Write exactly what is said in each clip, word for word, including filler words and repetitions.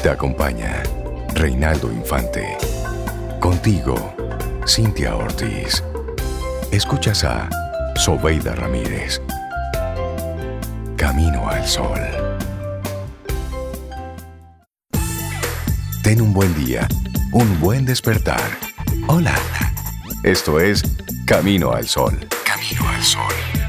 Te acompaña Reinaldo Infante. Contigo, Cintia Ortiz. Escuchas a Sobeida Ramírez. Camino al Sol. Ten un buen día, un buen despertar. Hola. Esto es Camino al Sol. Camino al Sol.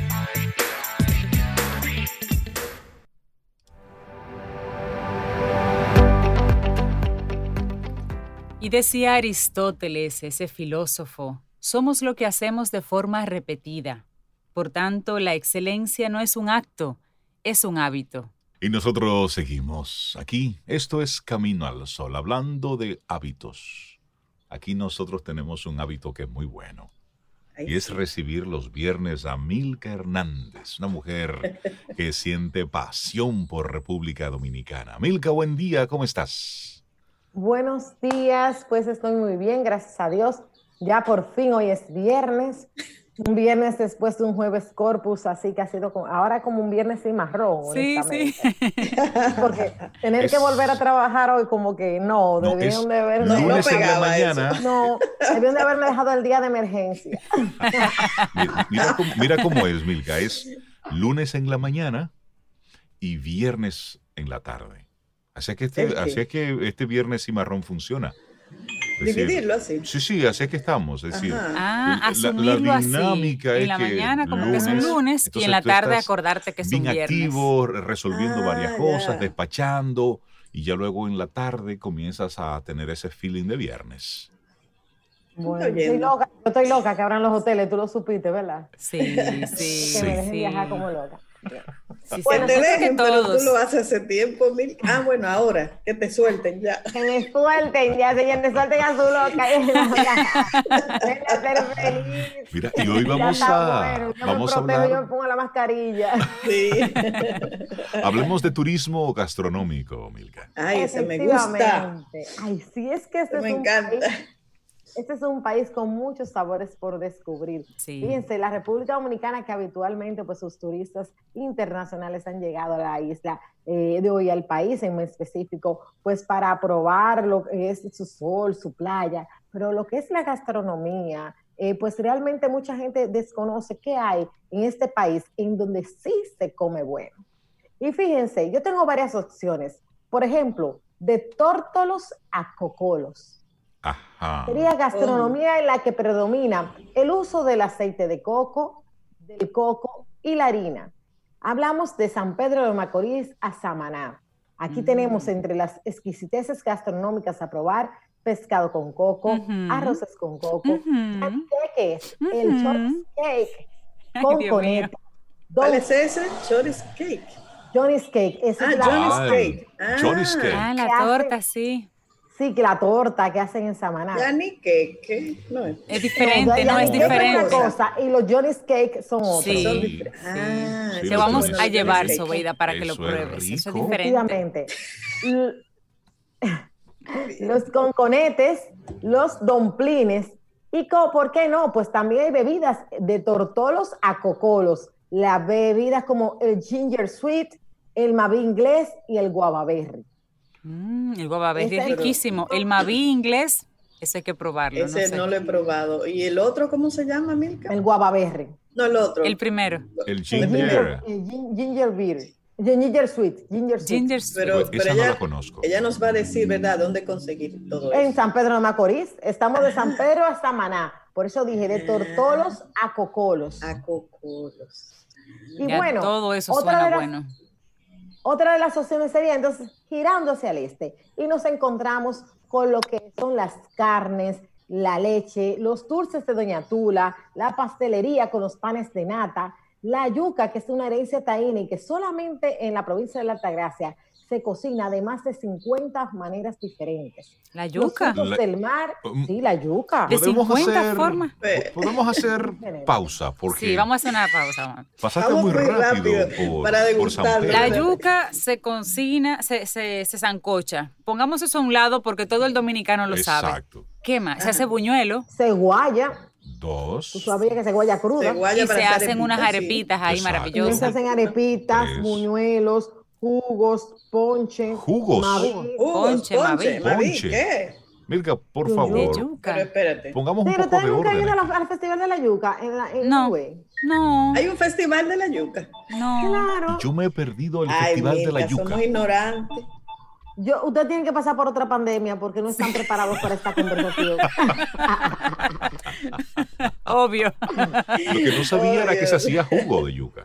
Y decía Aristóteles, ese filósofo, somos lo que hacemos de forma repetida. Por tanto, la excelencia no es un acto, es un hábito. Y nosotros seguimos aquí. Esto es Camino al Sol, hablando de hábitos. Aquí nosotros tenemos un hábito que es muy bueno. Y es recibir los viernes a Milka Hernández, una mujer que siente pasión por República Dominicana. Milka, buen día, ¿cómo estás? Buenos días, pues estoy muy bien, gracias a Dios. Ya por fin hoy es viernes, un viernes después de un jueves corpus, así que ha sido como, ahora como un viernes cimarrón, sí, honestamente. Sí. Porque tener es, que volver a trabajar hoy como que no, no debieron de haberme... No, no pegaba mañana. Eso. No, debieron de haberme dejado el día de emergencia. mira, mira, cómo, mira cómo es, Milka, es lunes en la mañana y viernes en la tarde. Así que este, así que este viernes cimarrón funciona. Es decir, dividirlo así. Sí, sí, así es que estamos. Es decir, ah, la, la dinámica así. es en la que mañana como lunes, que es un lunes y en la tarde acordarte que es un bien viernes. activo, resolviendo ah, varias cosas, ya. despachando, y ya luego en la tarde comienzas a tener ese feeling de viernes. Bueno, estoy loca, yo estoy loca que abran los hoteles, tú lo supiste, ¿verdad? Sí, sí. Que me dejen sí. viajar como loca. Sí, bueno, sí, te dejen, pero todos. tú lo haces hace tiempo, Milka. Ah, bueno, ahora, que te suelten ya. Que me suelten, ya, señor, me suelten a su loca. Ven a ser feliz. Mira, y hoy vamos a, bueno. yo vamos me a protejo, hablar... yo me pongo la mascarilla. Sí. Hablemos de turismo gastronómico, Milka. Ay, ese me gusta. Ay, sí, es que este me es un encanta. país... Este es un país con muchos sabores por descubrir. Sí. Fíjense, la República Dominicana, que habitualmente pues sus turistas internacionales han llegado a la isla eh, de hoy, al país en específico, pues para probar lo que es su sol, su playa, pero lo que es la gastronomía, eh, pues realmente mucha gente desconoce qué hay en este país en donde sí se come bueno. Y fíjense, yo tengo varias opciones. Por ejemplo, de tórtolos a cocolos. Ajá. Sería gastronomía en la que predomina el uso del aceite de coco, del coco y la harina. Hablamos de San Pedro de Macorís a Samaná. Aquí mm. tenemos entre las exquisiteces gastronómicas a probar pescado con coco, uh-huh. arroces con coco, uh-huh. queques, uh-huh. el Johnny's Cake con coneta. ¿Cuál es ese? Johnny's Cake. Johnny's Cake. Esa ah, es la Johnny's torta. Cake. Ah, Johnny's Cake. Ah, la torta, sí. Sí, que la torta que hacen en Samaná. Ya ni cake, no es. Es diferente, no, no es diferente. Es una cosa, y los Johnny's Cake son otros. Sí, son sí. Ah, sí. Te sí, vamos bueno, a llevar, cake. Sobeida, para Eso que lo pruebes. Es Eso es diferente. Los conconetes, los domplines, y ¿por qué no? Pues también hay bebidas de tortolos a cocolos. Las bebidas como el ginger sweet, el maví inglés y el guavaberry. Mm, el guavaberry es riquísimo. El maví inglés, eso hay que probarlo. Ese no, sé. no lo he probado. ¿Y el otro cómo se llama, Milka? El guavaberry. No, el otro. El primero. El ginger. El ginger, el ginger beer. El ginger sweet. Ginger sweet. Ginger sweet. Pero, Esa pero no ella, la conozco. Ella nos va a decir, ¿verdad?, dónde conseguir todo eso. En San Pedro de Macorís. Estamos de San Pedro a Samaná. Por eso dije, de tortolos a cocolos. A cocolos. Y ya bueno, todo eso otra suena de las, bueno. Otra de las opciones sería entonces girando hacia el este y nos encontramos con lo que son las carnes, la leche, los dulces de Doña Tula, la pastelería con los panes de nata, la yuca, que es una herencia taína y que solamente en la provincia de la Altagracia se cocina de más de cincuenta maneras diferentes. ¿La yuca? Los frutos del mar, um, sí, la yuca. ¿De Podemos cincuenta hacer, formas? Podemos hacer pausa, porque sí, vamos a hacer una pausa. pasaste Vamos muy muy rápido, rápido por, para por San degustarlo. Pedro. La yuca se cocina, se, se, se sancocha. Pongamos eso a un lado porque todo el dominicano lo Exacto. sabe. ¿Qué más? Se hace buñuelo. Se guaya. Dos. Tú sabías que se guaya cruda. Se guaya y para se hacer hacen arepitas, unas sí. arepitas ahí Exacto. También se maravillosas. hacen arepitas, Tres. buñuelos, jugos, ponche. Jugos. Mavi. Jugos, Ponche, ponche, Mavi. Mavi, Ponche. ¿qué? Milka, por De favor, De yuca. Pero espérate. pongamos un Pero poco ustedes de nunca han orden. ido a aquí. la- al Festival de la Yuca en, la, en No. Higüey? No, Hay un festival de la yuca. no. Claro. Yo me he perdido el Ay, Festival de la Milka, Yuca. somos ignorantes. Yo, ustedes tienen que pasar por otra pandemia porque no están preparados para esta conversación. Obvio. Lo que no sabía Oh, era que Dios. se hacía jugo de yuca.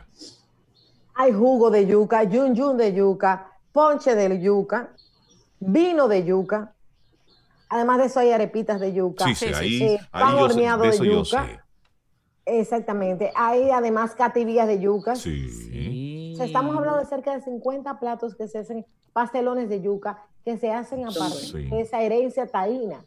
Hay jugo de yuca, yun yun de yuca, ponche de yuca, vino de yuca. Además de eso hay arepitas de yuca. Sí, sí, Sí, sí, ahí, sí. ahí Pan yo sé- horneado de de eso yo yuca. sé. Exactamente. Hay además cativillas de yuca. Sí. Sí. O sea, estamos hablando de cerca de cincuenta platos que se hacen, pastelones de yuca, que se hacen aparte Sí. de esa herencia taína.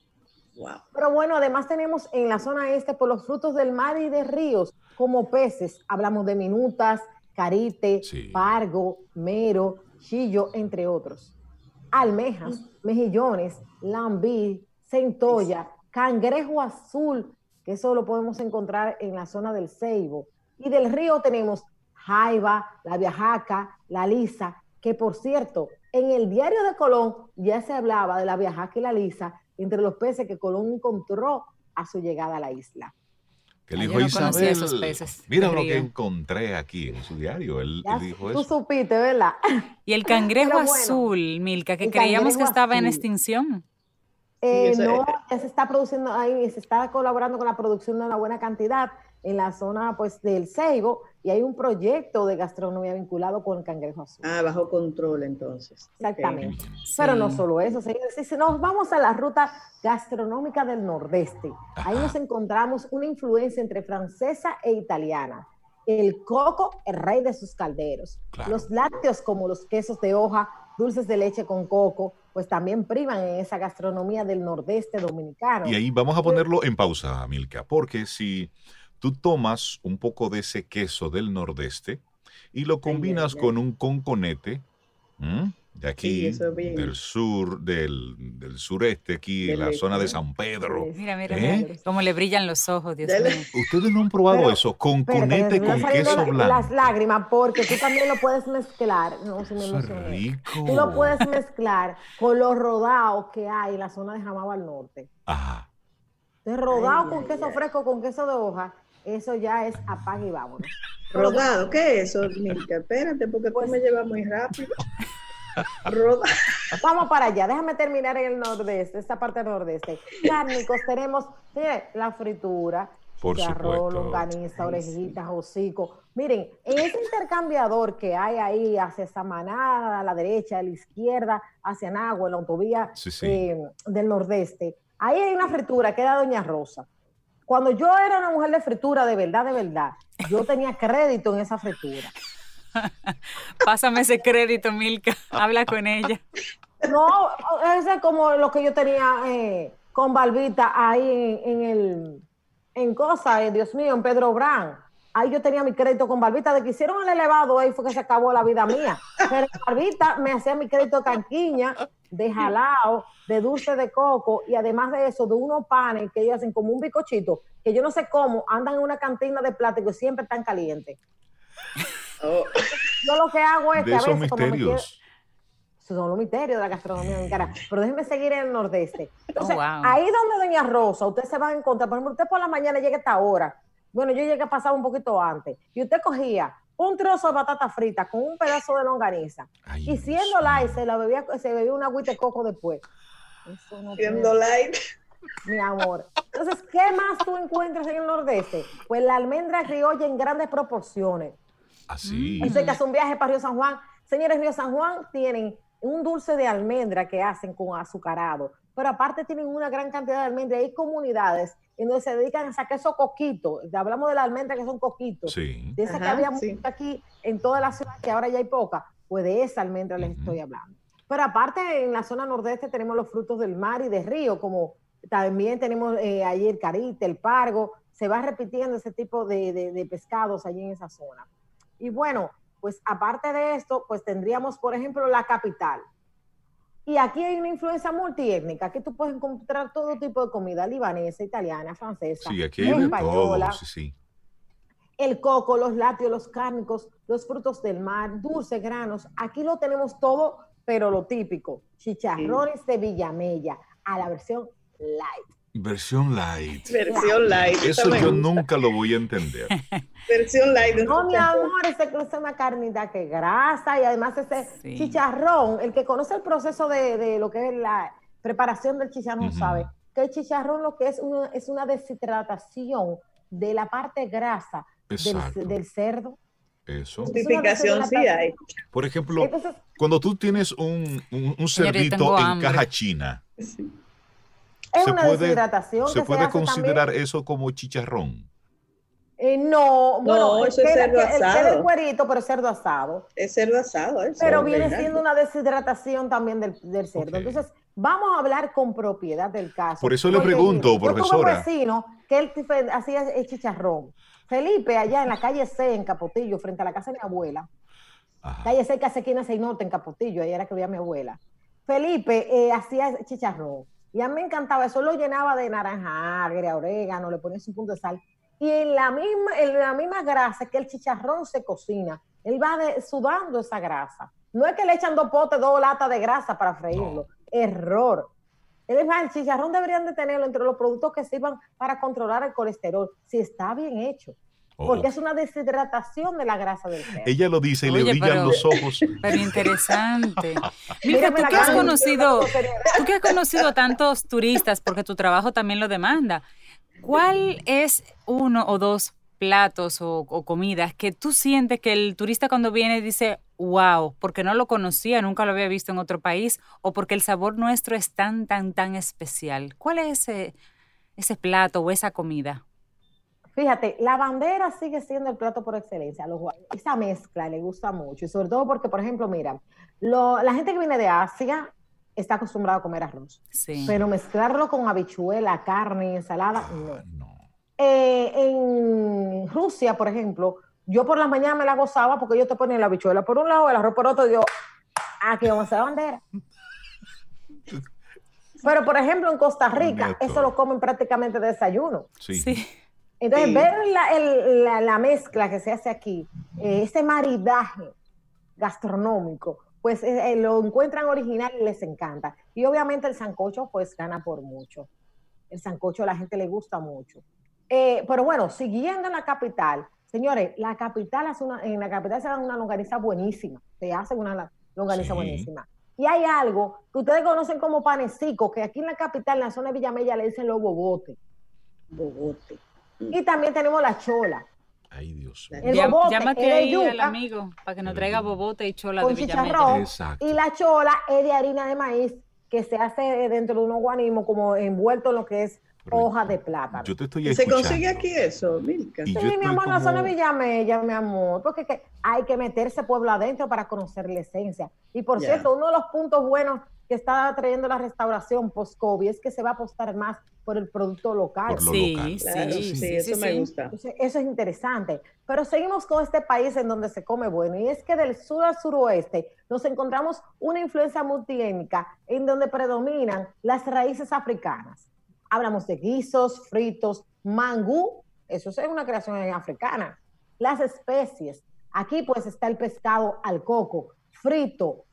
Wow. Pero bueno, además tenemos en la zona este por los frutos del mar y de ríos, como peces. Hablamos de minutas, carite, Sí. pargo, mero, chillo, entre otros. Almejas, mejillones, lambí, centolla, cangrejo azul, que eso lo podemos encontrar en la zona del Ceibo. Y del río tenemos jaiba, la viajaca, la lisa, que por cierto, en el diario de Colón ya se hablaba de la viajaca y la lisa entre los peces que Colón encontró a su llegada a la isla. Que él Ay, dijo yo no conocía Isabel, esos peces mira de lo que río. encontré aquí en su diario. Él, Ya él dijo tú eso. supiste, ¿verdad? Y el cangrejo Pero bueno, azul, Milka, que el creíamos que cangrejo estaba en azul. extinción. Eh, eso no, es. ya se está produciendo ahí, se está colaborando con la producción de una buena cantidad en la zona pues del Ceibo y hay un proyecto de gastronomía vinculado con el cangrejo azul. Ah, bajo control entonces. Exactamente. Qué bien. Pero no Sí. solo eso, señores. Si nos vamos a la ruta gastronómica del Nordeste, ahí nos encontramos una influencia entre francesa e italiana. El coco, el rey de sus calderos. Claro. Los lácteos, como los quesos de hoja, dulces de leche con coco, pues también priman en esa gastronomía del Nordeste dominicano. Y ahí vamos a ponerlo en pausa, Milka, porque si tú tomas un poco de ese queso del Nordeste y lo combinas ay, ay. con un conconete, ¿m? de aquí, Sí, eso es bien. del sur, del, del sureste, aquí, Del la este, zona de ¿no? San Pedro. Sí. Mira, mira, ¿Eh? mira. Cómo le brillan los ojos, Dios Dale. mío. Ustedes no han probado Pero, eso, Espérate, conconete me están con saliendo queso la- blanco. las lágrimas porque tú también lo puedes mezclar. No, si me Eso es emocioné. rico. Tú lo puedes mezclar con los rodados que hay en la zona de Jamaba al norte. Ajá. Entonces, rodado Ay, con ay, queso ay. fresco, con queso de hoja, eso ya es apague y vámonos. Rodado, ¿qué es eso, Milka? Espérate, porque Pues- tú me llevas muy rápido. Rodado. Vamos para allá, déjame terminar en el nordeste, esta parte del nordeste. Cárnicos tenemos, mire, la fritura, Por chicharrón, supuesto. longaniza, orejitas, hocico. Miren, en ese intercambiador que hay ahí hacia Samaná, a la derecha, a la izquierda, hacia Nagua, en la autovía Sí, sí. eh, del nordeste, ahí hay una fritura que era Doña Rosa. Cuando yo era una mujer de fritura, de verdad, de verdad, yo tenía crédito en esa fritura. Pásame ese crédito, Milka. Habla con ella. No, ese es como lo que yo tenía eh, con Barbita ahí en, en el, en cosa, eh, Dios mío, en Pedro Brán. Ahí yo tenía mi crédito con Barbita, de que hicieron el elevado, ahí fue que se acabó la vida mía. Pero Barbita me hacía mi crédito de canquiña, de jalao, de dulce de coco, y además de eso, de unos panes que ellos hacen como un bicochito, que yo no sé cómo, andan en una cantina de plástico y siempre están calientes. Oh, Yo lo que hago es De que a esos veces, como me quiero- misterios. esos son los misterios de la gastronomía dominicana. Pero déjenme seguir en el nordeste. Entonces, Oh, wow. ahí donde Doña Rosa, usted se va a encontrar, por ejemplo, usted por la mañana llega a esta hora. Bueno, yo llegué a pasar un poquito antes. Y usted cogía un trozo de batata frita con un pedazo de longaniza. Ay, y Dios siendo light, mío. se, la bebía, se bebía una agüita de coco después. Eso no tiene- siendo light. mi amor. Entonces, ¿qué más tú encuentras en el nordeste? Pues la almendra criolla en grandes proporciones. Así. Eso hay que hacer un viaje para Río San Juan. Señores, Río San Juan tienen un dulce de almendra que hacen con azucarado, pero aparte tienen una gran cantidad de almendra. Hay comunidades en donde se dedican a sacar esos coquitos. Hablamos de la almendra que son coquitos. Sí. De esa que Ajá, había sí. mucha aquí en toda la ciudad, que ahora ya hay poca. Pues de esa almendra les Ujú. estoy hablando. Pero aparte, en la zona nordeste tenemos los frutos del mar y de río, como también tenemos eh, allí el carite, el pargo. Se va repitiendo ese tipo de, de, de pescados allí en esa zona. Y bueno, pues aparte de esto, pues tendríamos, por ejemplo, la capital. Y aquí hay una influencia multiétnica. Aquí tú puedes encontrar todo tipo de comida, libanesa, italiana, francesa, Sí, aquí hay de española. todo. Sí, sí. el coco, los lácteos, los cárnicos, los frutos del mar, dulces, granos. Aquí lo tenemos todo, pero lo típico, chicharrones sí. de Villamella, a la versión light. Versión light. Versión light. Eso yo nunca lo voy a entender. Versión light. No, mi amor, ese es una carnita que grasa y además ese sí. chicharrón, el que conoce el proceso de, de lo que es la preparación del chicharrón uh-huh. sabe que el chicharrón lo que es una, es una deshidratación de la parte grasa del, del cerdo. Eso. Justificación sí hay. Por ejemplo, entonces, cuando tú tienes un, un, un cerdito en hambre. Caja china, sí. es una puede, deshidratación. ¿Se puede se considerar también? Eso como chicharrón? Eh, no, bueno, no, eso es cerdo el, asado. El, el cuerito, pero es cerdo asado. Es cerdo asado. Es pero cerdo viene grande. Siendo una deshidratación también del, del cerdo. Okay. Entonces, vamos a hablar con propiedad del caso. Por eso le pregunto, yo, profesora. Yo tuve un vecino que él hacía el chicharrón. Felipe, allá en la calle C, en Capotillo, frente a la casa de mi abuela. Ajá. Calle C, casi esquina seis Norte, en Capotillo, ahí era que vivía mi abuela. Felipe eh, hacía chicharrón. Y a mí me encantaba eso. Lo llenaba de naranja agria, orégano, le ponía su punto de sal. Y en la misma, en la misma grasa que el chicharrón se cocina, él va de, sudando esa grasa. No es que le echan dos potes, dos latas de grasa para freírlo. No. Error. El chicharrón deberían de tenerlo entre los productos que sirvan para controlar el colesterol, si está bien hecho. Oh. Porque es una deshidratación de la grasa del cerdo. Ella lo dice y Oye, le brillan pero, los ojos. Pero interesante. Mira, tú que has conocido, tú que has conocido tantos turistas, porque tu trabajo también lo demanda. ¿Cuál es uno o dos platos o, o comidas que tú sientes que el turista cuando viene dice, wow, porque no lo conocía, nunca lo había visto en otro país, o porque el sabor nuestro es tan, tan, tan especial? ¿Cuál es ese, ese plato o esa comida? Fíjate, la bandera sigue siendo el plato por excelencia. Los, esa mezcla le gusta mucho, y sobre todo porque, por ejemplo, mira, lo, la gente que viene de Asia está acostumbrado a comer arroz. Sí. Pero mezclarlo con habichuela, carne, ensalada, no. no. Eh, en Rusia, por ejemplo, yo por las mañanas me la gozaba porque ellos te ponen la habichuela por un lado, el arroz por otro, y yo, aquí vamos a hacer la bandera. Pero, por ejemplo, en Costa Rica, Neto. Eso lo comen prácticamente de desayuno. Sí. sí. Entonces, sí. ver la, el, la, la mezcla que se hace aquí, eh, ese maridaje gastronómico, pues eh, lo encuentran original y les encanta. Y obviamente el sancocho pues gana por mucho. El sancocho a la gente le gusta mucho. Eh, pero bueno, siguiendo en la capital, señores, la capital hace una, en la capital se hace una longaniza buenísima. Se hace una longaniza sí. buenísima. Y hay algo que ustedes conocen como panecico, que aquí en la capital, en la zona de Villamella, le dicen los bobotes. Bobote. Y también tenemos la chola. Ay, Dios mío. El bobote, llámate ahí yuca, al amigo para que nos traiga bobote y chola de Villamella. Exacto. Y la chola es de harina de maíz que se hace dentro de unos guanismos como envuelto en lo que es Pero hoja de plátano. Yo te estoy escuchando. ¿Se consigue aquí eso, Milka? Sí, mi amor, como... la zona de Villamella, mi amor, porque que hay que meterse pueblo adentro para conocer la esencia. Y por yeah. cierto, uno de los puntos buenos que está trayendo la restauración post-COVID es que se va a apostar más por el producto local. Por lo sí, local. Claro, sí, sí, sí, eso sí, me sí. gusta. Entonces, eso es interesante. Pero seguimos con este país en donde se come bueno, y es que del sur al suroeste nos encontramos una influencia multiétnica en donde predominan las raíces africanas. Hablamos de guisos, fritos, mangú, eso es una creación africana. Las especies, aquí pues está el pescado al coco, frito,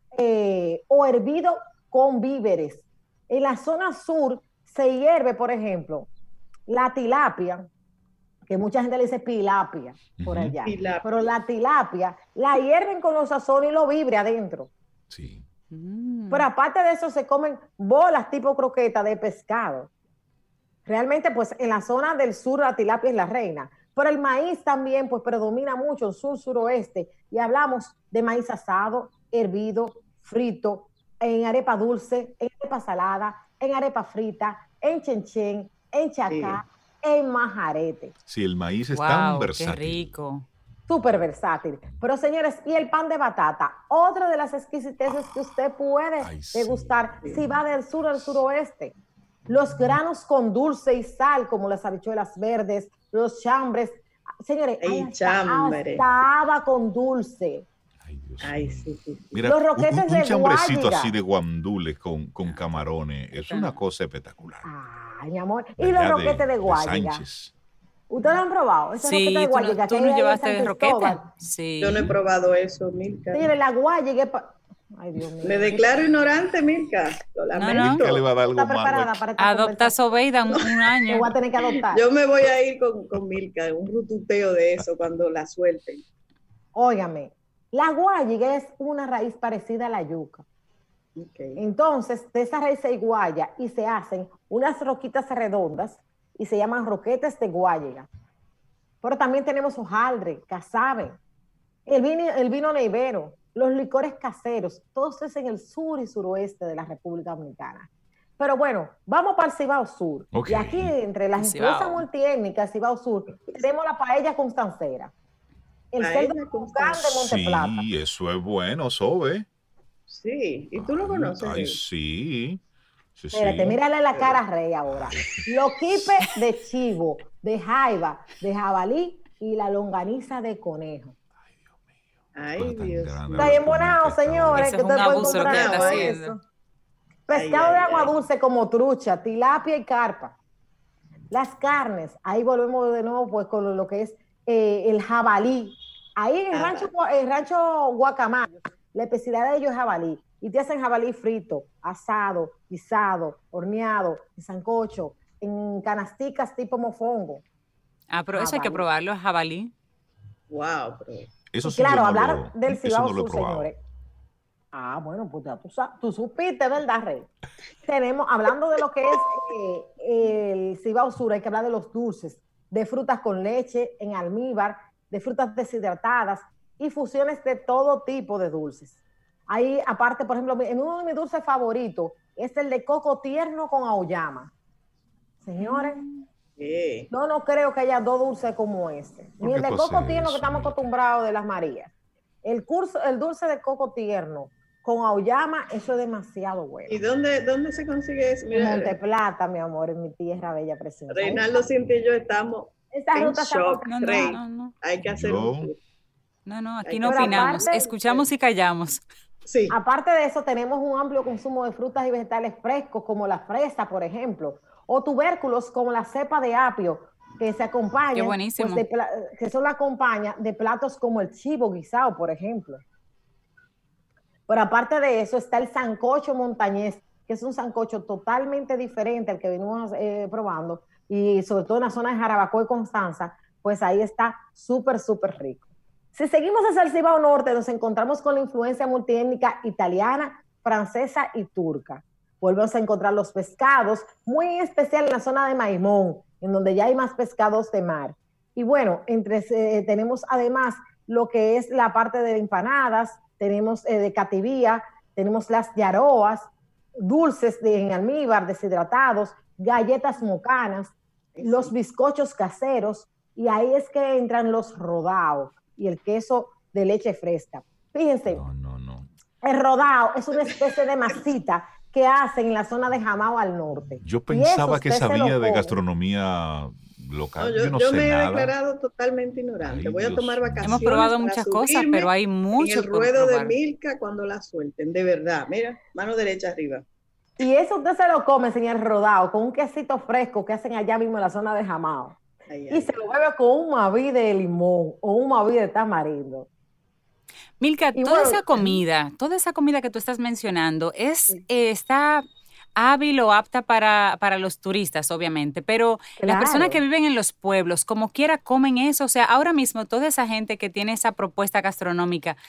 Eh, o hervido con víveres. En la zona sur se hierve, por ejemplo, la tilapia, que mucha gente le dice pilapia por allá, Pilapia. Pero la tilapia la hierven con los sazones y lo vibre adentro. Sí. Mm. Pero aparte de eso se comen bolas tipo croqueta de pescado. Realmente pues en la zona del sur la tilapia es la reina. Pero el maíz también pues predomina mucho en sur, suroeste, y hablamos de maíz asado, hervido, frito, en arepa dulce, en arepa salada, en arepa frita, en chenchen, en chacá, sí. en majarete. Sí, el maíz es wow, tan versátil. Qué rico. Súper versátil. Pero señores, y el pan de batata, otra de las exquisiteces que usted puede Ay, degustar sí. si va del sur al suroeste. Los granos con dulce y sal, como las habichuelas verdes, los chambres. Señores, hay hasta, hasta haba con dulce. Ay, Dios Ay, sí, sí, sí. Mira, los roquetes un, un de chambrecito guáyiga. así de guandules con, con camarones es una cosa espectacular. Ay, mi amor. Y los roquetes de, de guáyiga. Sánchez. ¿Ustedes lo han probado? Esa Sí, roqueta de tú, no, guayiga tú que nos hay ahí en llevaste San de roquete. Cristóbal. Sí. Yo no he probado eso, Milka. Mire, la guayiga es pa- Ay, Dios mío. Me declaro ignorante, Milka. Lo No, no. lamento. Milka le va a dar ¿Tú algo estás preparada malo. para esta Adopta a conversación? Sobeida un, un Te año. voy a tener que adoptar. Yo me voy a ir con, con Milka, un rututeo de eso cuando la suelten. Óigame, la guayiga es una raíz parecida a la yuca. Okay. Entonces, de esa raíz se guaya y se hacen unas roquitas redondas y se llaman roquetas de guayiga. Pero también tenemos hojaldre, casabe, el vino, el vino neivero, los licores caseros, todo esto es en el sur y suroeste de la República Dominicana. Pero bueno, vamos para el Cibao Sur. Okay. Y aquí, entre las influencias Cibao. multiétnicas Cibao Sur, tenemos la paella constancera, el Paella cerdo tucán de Monteplata. Sí, eso es bueno, Sobe. Sí, ¿y tú lo Ay, conoces? Ay, sí. Sí, Espérate, sí. mírale la cara a Rey ahora. Los quipes de chivo, de jaiba, de jabalí y la longaniza de conejo. Ay, Cosa tan Dios grande. mío. Está bien bonado, señores. Eso que es un ustedes pueden abuso lo que ella comprar está eso. haciendo. Pescado Ay, de ay, agua ay. dulce como trucha, tilapia y carpa. Las carnes, ahí volvemos de nuevo pues con lo que es eh, el jabalí. Ahí en el Ah. rancho, el rancho Guacamayo, la especialidad de ellos es jabalí. Y te hacen jabalí frito, asado, guisado, horneado, en sancocho, en canasticas tipo mofongo. Ah, pero eso hay que Jabalí. probarlo, jabalí. Wow, pero Eso Y sí claro, yo no hablar lo- del eso Cibao no lo he Sur, probado. señores. Ah, bueno, pues ya tú, sa- tú supiste, ¿verdad, Rey? Tenemos, hablando de lo que es eh, el Cibao Sur, hay que hablar de los dulces, de frutas con leche, en almíbar, de frutas deshidratadas y fusiones de todo tipo de dulces. Ahí, aparte, por ejemplo, en uno de mis dulces favoritos es el de coco tierno con auyama. Señores, ¿qué? yo no creo que haya dos dulces como este. ¿Por Ni qué el de tú coco haces tierno que eso, estamos Milka? acostumbrados de las Marías. El, curso, el dulce de coco tierno con auyama, eso es demasiado bueno. ¿Y dónde, dónde se consigue eso? En Mira, Monteplata, mi amor, en mi tierra bella preciosa. Reinaldo Cinti y yo estamos Esta en ruta se shock. No, no, Rey, no, no. hay que hacer Yo- un tour. No, no, aquí Ay, no pero opinamos. aparte- Escuchamos y callamos. Sí, Aparte de eso, tenemos un amplio consumo de frutas y vegetales frescos, como la fresa, por ejemplo, o tubérculos como la cepa de apio, que se acompañan, Qué buenísimo. pues, de pla- que son la acompaña de platos como el chivo guisado, por ejemplo. Pero aparte de eso, está el sancocho montañés, que es un sancocho totalmente diferente al que venimos eh, probando, y sobre todo en la zona de Jarabacoa y Constanza, pues ahí está súper, súper rico. Si seguimos hacia el Cibao Norte, nos encontramos con la influencia multiétnica italiana, francesa y turca. Volvemos a encontrar los pescados, muy en especial en la zona de Maimón, en donde ya hay más pescados de mar. Y bueno, entre, eh, tenemos además lo que es la parte de empanadas, tenemos eh, de cativía, tenemos las yaroas, dulces de, en almíbar, deshidratados, galletas mocanas, los bizcochos caseros, y ahí es que entran los rodaos y el queso de leche fresca. Fíjense, No, no, no. el rodao es una especie de masita que hacen en la zona de Jamao al norte. Yo Y eso pensaba que usted se lo sabía de come. gastronomía no, local. yo, yo no yo sé me he nada. declarado totalmente ignorante. Ay, Voy a Dios tomar mío. vacaciones. Hemos probado para muchas cosas, subirme pero hay mucho en el por ruedo de probar. Milka cuando la suelten, de verdad. Mira, mano derecha arriba. Y eso usted se lo come, señor rodao, con un quesito fresco que hacen allá mismo en la zona de Jamao. Ay, Y ay. se lo bebe con un maví de limón o un maví de tamarindo. Milka, Y toda bueno, esa comida, toda esa comida que tú estás mencionando, es, eh, está hábil o apta para, para los turistas, obviamente, pero las Claro. personas que viven en los pueblos, como quiera, comen eso. O sea, ahora mismo toda esa gente que tiene esa propuesta gastronómica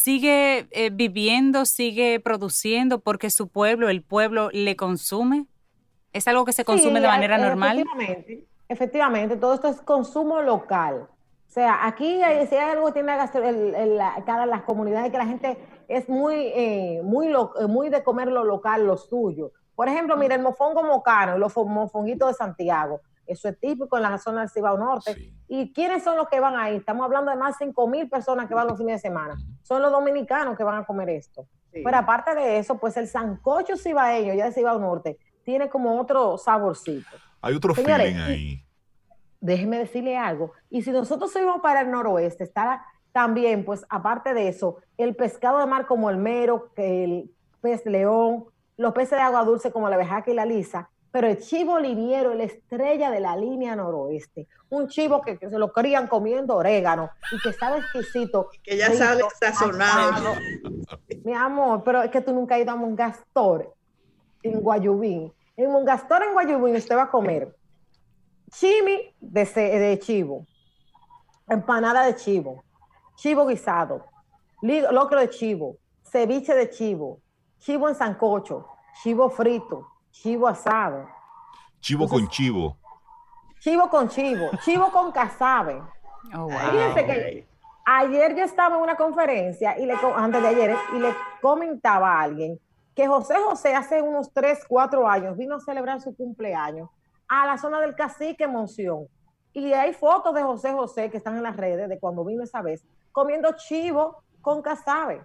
sigue eh, viviendo, sigue produciendo porque su pueblo, el pueblo, le consume. ¿Es algo que se consume Sí, de manera eh, normal? Efectivamente, efectivamente, todo esto es consumo local. O sea, aquí hay, si hay algo que tiene la gastro- el- el- la- cada las comunidades, que la gente es muy, eh, muy, lo- eh, muy de comer lo local, lo suyo. Por ejemplo, mira, el mofongo mocano, los fo- mofonguitos de Santiago, eso es típico en la zona del Cibao Norte. Sí. ¿Y quiénes son los que van ahí? Estamos hablando de más de cinco mil personas que van los fines de semana. Son los dominicanos que van a comer esto. Sí. Pero aparte de eso, pues el sancocho cibaeño, ya de Cibao Norte, tiene como otro saborcito. Hay otro Señores, feeling ahí. Déjeme decirle algo. Y si nosotros subimos para el noroeste, está también, pues aparte de eso, el pescado de mar como el mero, el pez león, los peces de agua dulce como la bejaca y la lisa, pero el chivo liniero, la estrella de la línea noroeste, un chivo que, que se lo crían comiendo orégano y que sabe exquisito. Que ya sabe sazonado. Mi amor, pero es que tú nunca has ido a Mongastor en Guayubín. En Mongastor en Guayubín usted va a comer chimi de, de chivo, empanada de chivo, chivo guisado, locro de chivo, ceviche de chivo, chivo en sancocho, chivo frito, chivo asado. Chivo Entonces, con chivo. Chivo con chivo, chivo con casabe. Oh, wow. Fíjense que ayer yo estaba en una conferencia, y le, antes de ayer, y le comentaba a alguien que José José hace unos tres, cuatro años vino a celebrar su cumpleaños a la zona del Cacique en Monción. Y hay fotos de José José que están en las redes de cuando vino esa vez, comiendo chivo con casabe.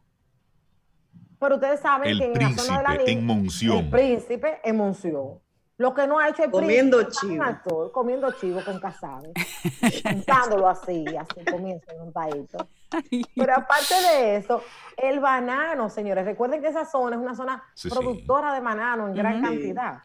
Pero ustedes saben el que en la zona de la príncipe en Monción. El príncipe en Monción. Lo que no ha hecho el comiendo príncipe, chivo. Actor, comiendo chivo con casabe. Pintándolo así, así comienza en un taíto. Pero aparte de eso, el banano, señores, recuerden que esa zona es una zona sí, productora sí. de banano en gran Sí. cantidad.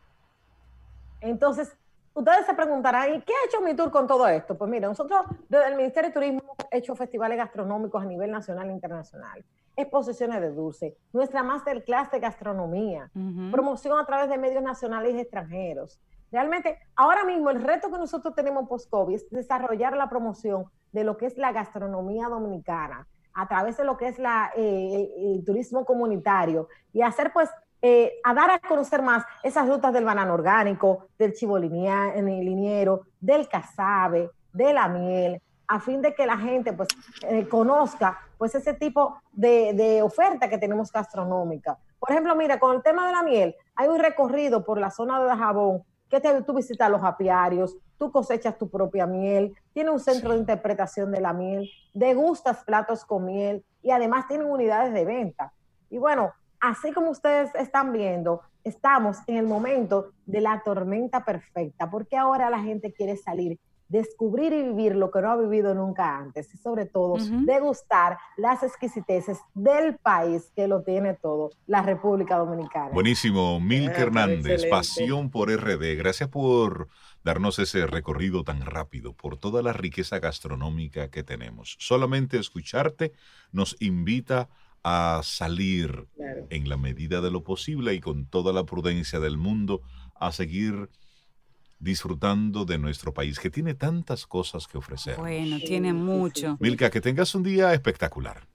Entonces, ustedes se preguntarán, ¿y qué ha hecho Mitur con todo esto? Pues mira, nosotros desde el Ministerio de Turismo hemos hecho festivales gastronómicos a nivel nacional e internacional, exposiciones de dulce, nuestra masterclass de gastronomía, Uh-huh. promoción a través de medios nacionales y extranjeros. Realmente, ahora mismo el reto que nosotros tenemos post-COVID es desarrollar la promoción de lo que es la gastronomía dominicana a través de lo que es la, eh, el turismo comunitario y hacer pues Eh, a dar a conocer más esas rutas del banano orgánico, del chivo linea, liniero, del casabe, de la miel, a fin de que la gente pues eh, conozca pues ese tipo de, de oferta que tenemos gastronómica. Por ejemplo, mira, con el tema de la miel, hay un recorrido por la zona de Dajabón que te, tú visitas los apiarios, tú cosechas tu propia miel, tiene un centro de interpretación de la miel, degustas platos con miel y además tienen unidades de venta. Y bueno, así como ustedes están viendo, estamos en el momento de la tormenta perfecta, porque ahora la gente quiere salir, descubrir y vivir lo que no ha vivido nunca antes, y sobre todo Uh-huh. degustar las exquisiteces del país que lo tiene todo, la República Dominicana. Buenísimo, Milka Ah, pero Hernández, excelente. Pasión por R D. Gracias por darnos ese recorrido tan rápido, por toda la riqueza gastronómica que tenemos. Solamente escucharte nos invita a salir Claro. en la medida de lo posible y con toda la prudencia del mundo a seguir disfrutando de nuestro país, que tiene tantas cosas que ofrecer. Bueno, Sí, tiene sí, mucho. sí, sí. Milka, que tengas un día espectacular.